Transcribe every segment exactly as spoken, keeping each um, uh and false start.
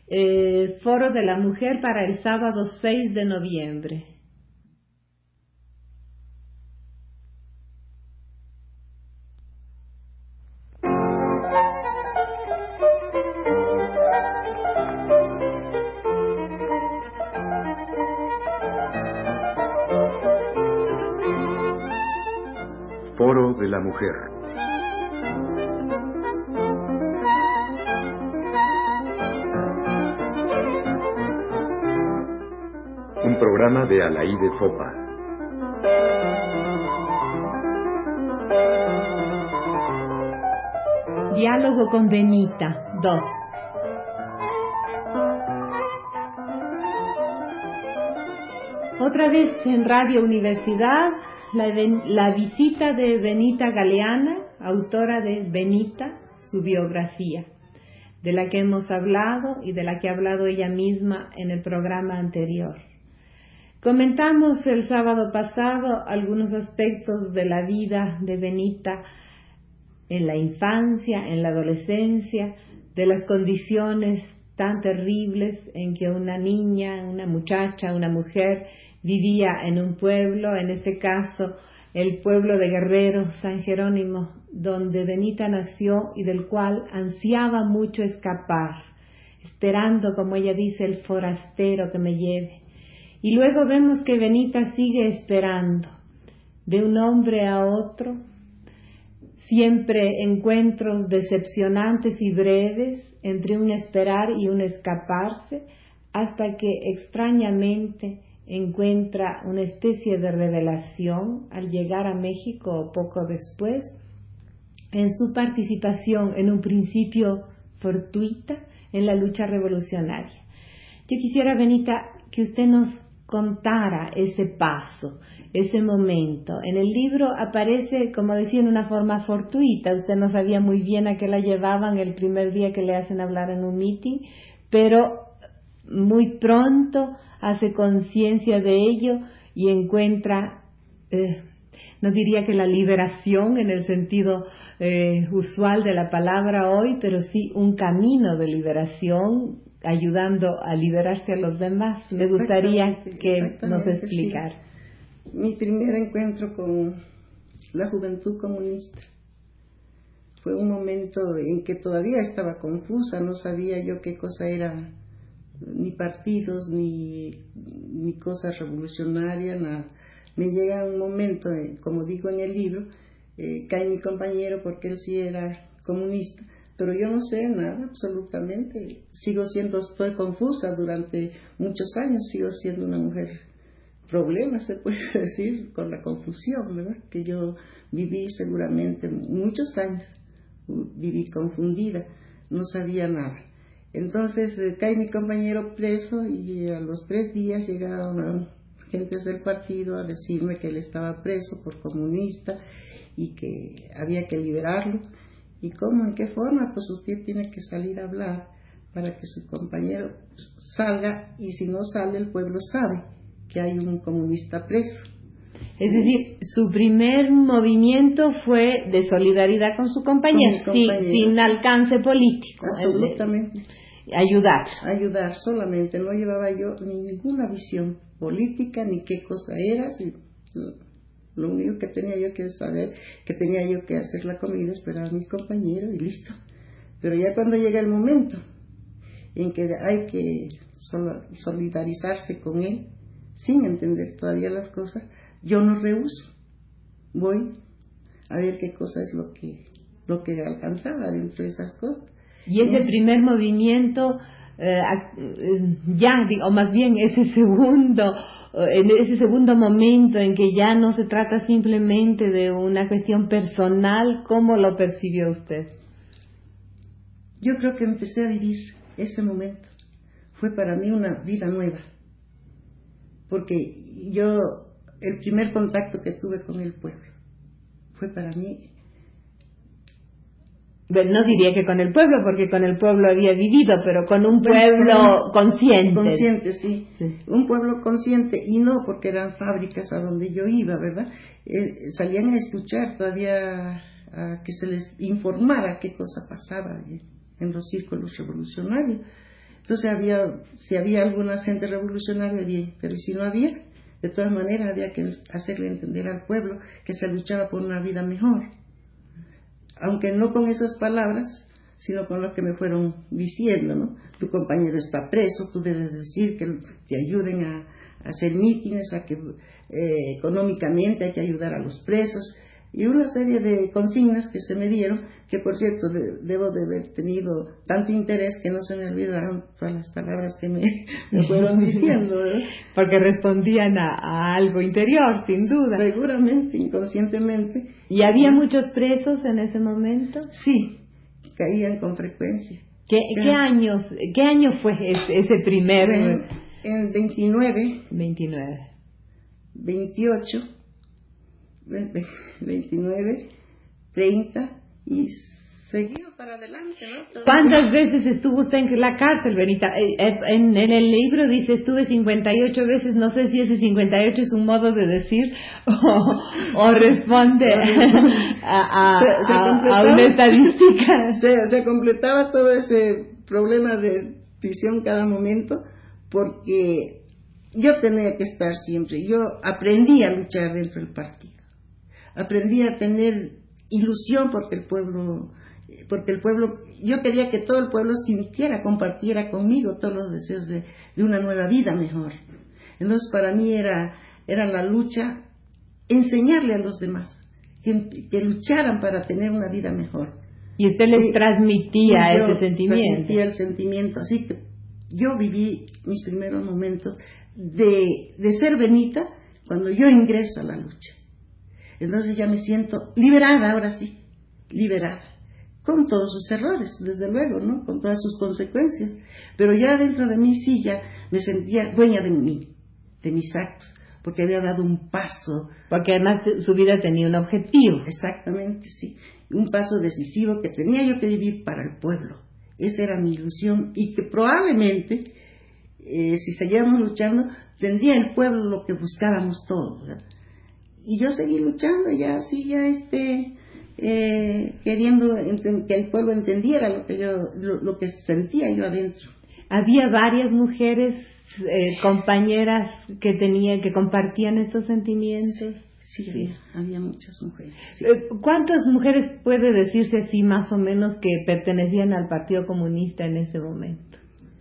eh, Foro de la Mujer para el sábado seis de noviembre. Foro de la Mujer. Un programa de Alaíde Fopa. Diálogo con Benita, dos. Otra vez en Radio Universidad, la, la visita de Benita Galeana, autora de Benita, su biografía, de la que hemos hablado y de la que ha hablado ella misma en el programa anterior. Comentamos el sábado pasado algunos aspectos de la vida de Benita en la infancia, en la adolescencia, de las condiciones tan terribles en que una niña, una muchacha, una mujer vivía en un pueblo, en este caso el pueblo de Guerrero, San Jerónimo, donde Benita nació y del cual ansiaba mucho escapar, esperando, como ella dice, el forastero que me lleve. Y luego vemos que Benita sigue esperando, de un hombre a otro, siempre encuentros decepcionantes y breves entre un esperar y un escaparse, hasta que extrañamente encuentra una especie de revelación al llegar a México o poco después, en su participación en un principio fortuita en la lucha revolucionaria. Yo quisiera, Benita, que usted nos contara ese paso, ese momento. En el libro aparece, como decía, en una forma fortuita. Usted no sabía muy bien a qué la llevaban el primer día que le hacen hablar en un meeting, pero muy pronto hace conciencia de ello y encuentra, eh, no diría que la liberación en el sentido eh, usual de la palabra hoy, pero sí un camino de liberación, ayudando a liberarse a los demás. Me gustaría que nos explicara. Sí. Mi primer encuentro con la juventud comunista fue un momento en que todavía estaba confusa, no sabía yo qué cosa era, ni partidos, ni, ni cosas revolucionarias, nada. Me llega un momento, como digo en el libro, eh, cae mi compañero porque él sí era comunista, pero yo no sé nada absolutamente, sigo siendo, estoy confusa durante muchos años, sigo siendo una mujer problema, se puede decir, con la confusión, ¿verdad? Que yo viví seguramente muchos años, viví confundida, no sabía nada. Entonces eh, cae mi compañero preso y a los tres días llegaron gentes del partido a decirme que él estaba preso por comunista y que había que liberarlo. ¿Y cómo? ¿En qué forma? Pues usted tiene que salir a hablar para que su compañero salga, y si no sale el pueblo sabe que hay un comunista preso. Es decir, su primer movimiento fue de solidaridad con su compañero, con sin, compañero. sin alcance político. Absolutamente. Ayudar. Ayudar solamente, no llevaba yo ninguna visión política ni qué cosa era, si, lo único que tenía yo que saber, que tenía yo que hacer la comida, esperar a mi compañero y listo. Pero ya cuando llega el momento en que hay que solidarizarse con él, sin entender todavía las cosas, yo no rehúso, voy a ver qué cosa es lo que, lo que alcanzaba dentro de esas cosas. Y ese ¿sí? primer movimiento, eh, ya, o más bien ese segundo, en ese segundo momento en que ya no se trata simplemente de una cuestión personal, ¿cómo lo percibió usted? Yo creo que empecé a vivir ese momento. Fue para mí una vida nueva. Porque yo, el primer contacto que tuve con el pueblo, fue para mí... Bueno, no diría que con el pueblo, porque con el pueblo había vivido, pero con un pueblo bueno, consciente. Consciente, sí. sí. Un pueblo consciente, y no porque eran fábricas a donde yo iba, ¿verdad? Eh, salían a escuchar todavía, a que se les informara qué cosa pasaba en los círculos revolucionarios. Entonces había, si había alguna gente revolucionaria, bien, pero si no había, de todas maneras había que hacerle entender al pueblo que se luchaba por una vida mejor. Aunque no con esas palabras, sino con lo que me fueron diciendo, ¿no? Tu compañero está preso, tú debes decir que te ayuden a, a hacer mítines, a que eh, económicamente hay que ayudar a los presos, y una serie de consignas que se me dieron, que por cierto de, debo de haber tenido tanto interés que no se me olvidaron todas las palabras que me, me fueron diciendo, ¿verdad? Porque respondían a, a algo interior, sin duda. Seguramente, inconscientemente. ¿Y había muchos presos en ese momento? Sí, caían con frecuencia. ¿Qué, ¿qué años, qué año fue ese, ese primer? En, en veintinueve. veintinueve. veintiocho. veintinueve, treinta y seguido para adelante, ¿no? ¿Cuántas veces estuvo usted en la cárcel, Benita? En, en el libro dice estuve cincuenta y ocho veces, no sé si ese cincuenta y ocho es un modo de decir o, o responde a, a, se, se a, a una estadística. Se, se completaba todo ese problema de prisión cada momento porque yo tenía que estar siempre, yo aprendí a luchar dentro del partido. Aprendí a tener ilusión porque el pueblo, porque el pueblo, yo quería que todo el pueblo sintiera, compartiera conmigo todos los deseos de, de una nueva vida mejor. Entonces para mí era, era la lucha, enseñarle a los demás que, que lucharan para tener una vida mejor. Y usted les transmitía y yo ese sentimiento. Transmitía el sentimiento, así que yo viví mis primeros momentos de, de ser Benita cuando yo ingreso a la lucha. Entonces ya me siento liberada, ahora sí, liberada, con todos sus errores, desde luego, ¿no? Con todas sus consecuencias, pero ya dentro de mí sí ya me sentía dueña de mí, de mis actos, porque había dado un paso. Porque además su vida tenía un objetivo. Exactamente, sí, un paso decisivo que tenía yo que vivir para el pueblo, esa era mi ilusión, y que probablemente, eh, si seguíamos luchando, tendría el pueblo lo que buscábamos todos, ¿verdad? Y yo seguí luchando, ya así, ya este, eh, queriendo ent- que el pueblo entendiera lo que yo, lo, lo que sentía yo adentro. Había varias mujeres, eh, compañeras que tenían, que compartían estos sentimientos. Sí, sí, había, había muchas mujeres. Sí. ¿Cuántas mujeres puede decirse así más o menos que pertenecían al Partido Comunista en ese momento?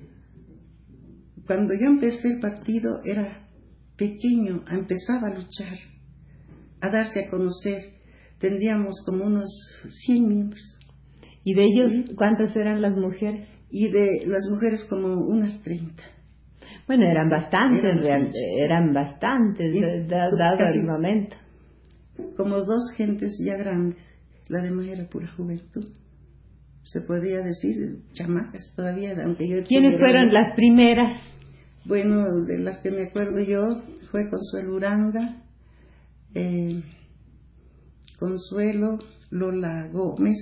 Cuando yo empecé el partido era pequeño, empezaba a luchar, a darse a conocer, tendríamos como unos cien miembros. ¿Y de ellos cuántas eran las mujeres? Y de las mujeres como unas treinta. Bueno, eran bastantes, eran, real, eran bastantes, dado da, da el momento. Como dos gentes ya grandes, la demás era pura juventud. Se podría decir, chamacas todavía, aunque yo... ¿Quiénes fueron las primeras? Bueno, de las que me acuerdo yo, fue Consuelo Uranga, Eh, Consuelo, Lola Gómez,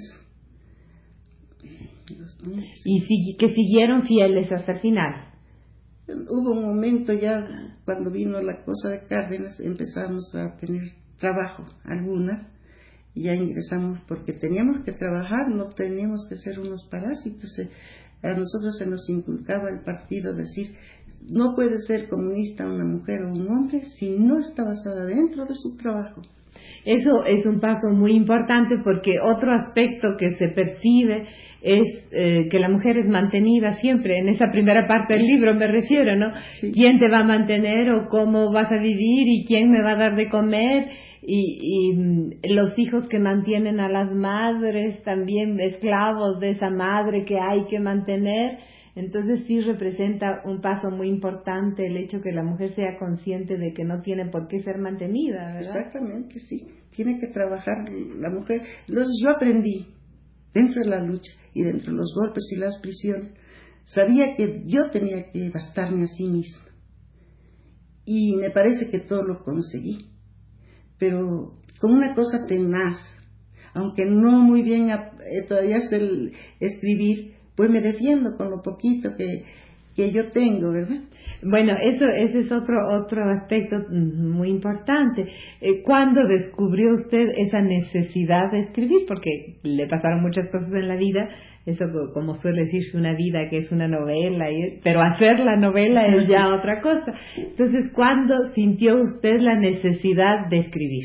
y si, que siguieron fieles hasta el final. Hubo un momento ya cuando vino la cosa de Cárdenas, empezamos a tener trabajo, algunas, y ya ingresamos porque teníamos que trabajar, no teníamos que ser unos parásitos. A nosotros se nos inculcaba el partido decir, no puede ser comunista una mujer o un hombre si no está basada dentro de su trabajo. Eso es un paso muy importante porque otro aspecto que se percibe es eh, que la mujer es mantenida siempre, en esa primera parte del libro me refiero, ¿no? Sí. ¿Quién te va a mantener o cómo vas a vivir y quién me va a dar de comer? Y, y los hijos que mantienen a las madres, también esclavos de esa madre que hay que mantener. Entonces sí representa un paso muy importante el hecho que la mujer sea consciente de que no tiene por qué ser mantenida, ¿verdad? Exactamente, sí. Tiene que trabajar la mujer. Entonces yo aprendí, dentro de la lucha y dentro de los golpes y las prisiones, sabía que yo tenía que bastarme a sí misma. Y me parece que todo lo conseguí. Pero con una cosa tenaz, aunque no muy bien eh, todavía sé el escribir, pues me defiendo con lo poquito que, que yo tengo, ¿verdad? Bueno, eso ese es otro otro aspecto muy importante. Eh, ¿Cuándo descubrió usted esa necesidad de escribir? Porque le pasaron muchas cosas en la vida, eso como suele decirse, una vida que es una novela, y, pero hacer la novela es ya otra cosa. Entonces, ¿cuándo sintió usted la necesidad de escribir?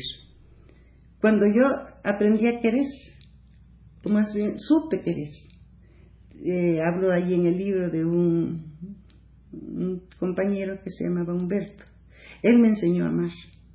Cuando yo aprendí a querer, o más bien supe querer. Eh, hablo ahí en el libro de un un compañero que se llamaba Humberto. Él me enseñó a amar,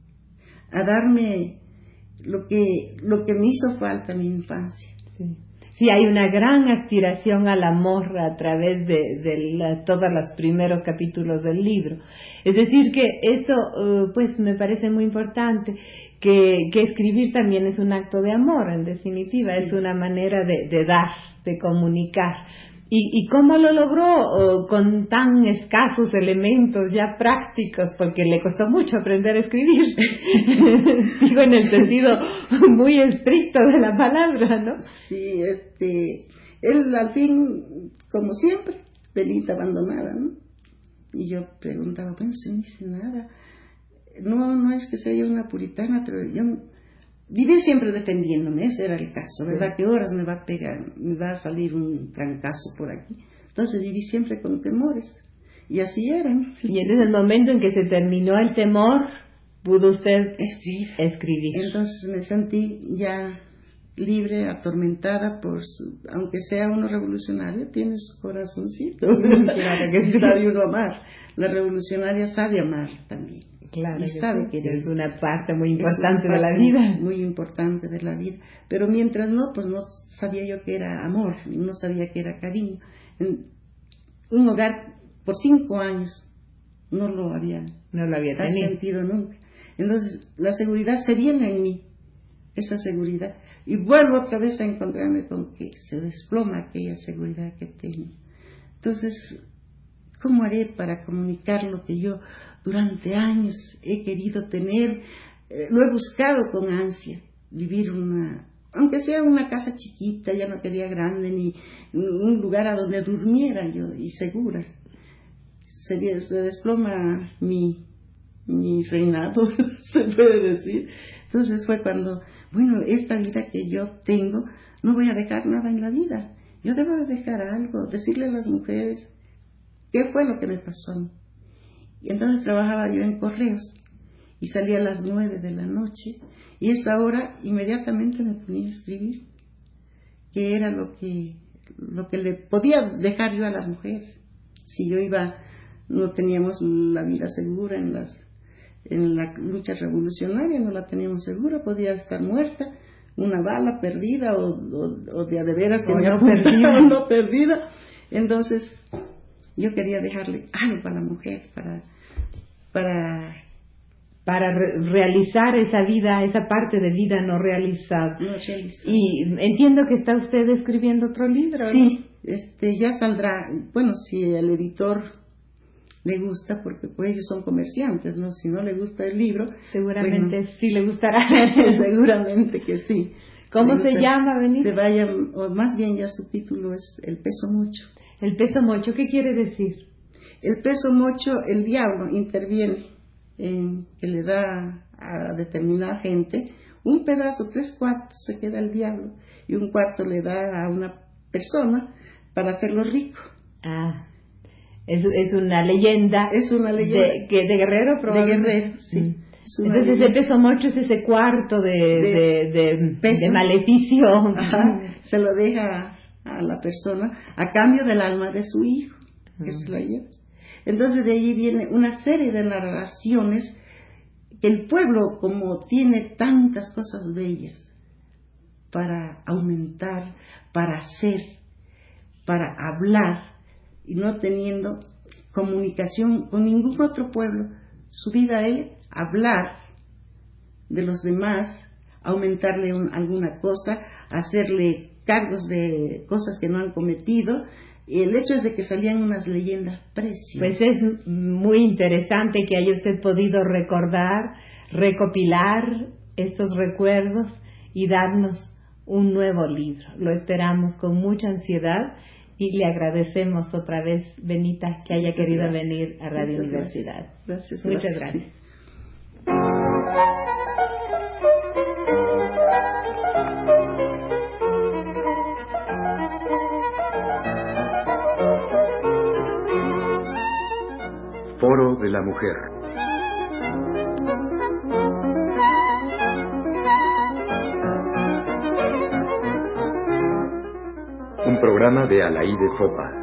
a darme lo que lo que me hizo falta en mi infancia. Sí, sí, hay una gran aspiración al amor a través de, de la, todos los primeros capítulos del libro. Es decir que eso uh, pues me parece muy importante, que, que escribir también es un acto de amor, en definitiva, sí. Es una manera de, de dar, de comunicar. ¿Y, y cómo lo logró uh, con tan escasos elementos ya prácticos? Porque le costó mucho aprender a escribir. Digo, en el sentido muy estricto de la palabra, ¿no? Sí, este, él al fin, como siempre, pelita abandonada, ¿no? Y yo preguntaba, bueno, se me dice nada. No, no es que sea una puritana, pero yo viví siempre defendiéndome, ese era el caso, ¿verdad? Sí. ¿Qué horas me va a pegar, me va a salir un trancazo por aquí? Entonces viví siempre con temores, y así eran. Y en ese momento en que se terminó el temor, pudo usted escribir. escribir. Entonces me sentí ya libre, atormentada por su, aunque sea uno revolucionario, tiene su corazoncito. Claro que sí. Sabe uno amar. La revolucionaria sabe amar también. Claro, y sabe sí, que es una parte muy importante parte de la vida. Muy importante de la vida. Pero mientras no, pues no sabía yo que era amor, no sabía que era cariño. En un hogar por cinco años no lo había, no lo había tenido. sentido nunca. Entonces la seguridad se viene en mí, esa seguridad. Y vuelvo otra vez a encontrarme con que se desploma aquella seguridad que tengo. Entonces, ¿cómo haré para comunicar lo que yo durante años he querido tener? Eh, lo he buscado con ansia, vivir una, aunque sea una casa chiquita, ya no quería grande, ni un lugar a donde durmiera yo y segura. Se, se desploma mi, mi reinado, se puede decir. Entonces fue cuando, bueno, esta vida que yo tengo, no voy a dejar nada en la vida. Yo debo dejar algo, decirle a las mujeres qué fue lo que me pasó a mí. Y entonces trabajaba yo en correos y salía a las nueve de la noche, y esa hora inmediatamente me ponía a escribir qué era lo que lo que le podía dejar yo a la mujer. Si yo iba, no teníamos la vida segura en las en la lucha revolucionaria, no la teníamos segura, podía estar muerta, una bala perdida o, o, o de a de veras que o me no perdida. o no perdida. Entonces yo quería dejarle algo a la mujer para para para re- realizar esa vida, esa parte de vida no realizada. No realizada. Y entiendo que está usted escribiendo otro libro. Sí, ¿no? este ya saldrá, bueno, si el editor le gusta, porque pues ellos son comerciantes, ¿no? Si no le gusta el libro, seguramente bueno, sí le gustará. seguramente que sí. ¿Cómo se llama, Benita? Se vaya, o más bien ya su título es El peso mocho. El peso mocho, ¿qué quiere decir? El peso mocho, el diablo interviene en que le da a determinada gente un pedazo, tres cuartos se queda el diablo, y un cuarto le da a una persona para hacerlo rico. Ah, es, es una leyenda. Es una leyenda. De, que, de guerrero, probablemente. De guerrero, sí. Mm. Entonces leyenda. Ese peso mocho es ese cuarto de, de, de, de, de maleficio. Ajá, se lo deja a la persona a cambio del alma de su hijo, que mm. se la lleva. Entonces de ahí viene una serie de narraciones que el pueblo, como tiene tantas cosas bellas para aumentar, para hacer, para hablar, y no teniendo comunicación con ningún otro pueblo, su vida es hablar de los demás, aumentarle un, alguna cosa, hacerle cargos de cosas que no han cometido. Y el hecho es de que salían unas leyendas preciosas. Pues es muy interesante que haya usted podido recordar, recopilar estos recuerdos y darnos un nuevo libro. Lo esperamos con mucha ansiedad y le agradecemos otra vez, Benita, que haya Muchas querido gracias. venir a Radio Muchas Universidad. Gracias. Gracias, Muchas gracias. gracias. Foro de la Mujer. Un programa de Alaíde Fopa.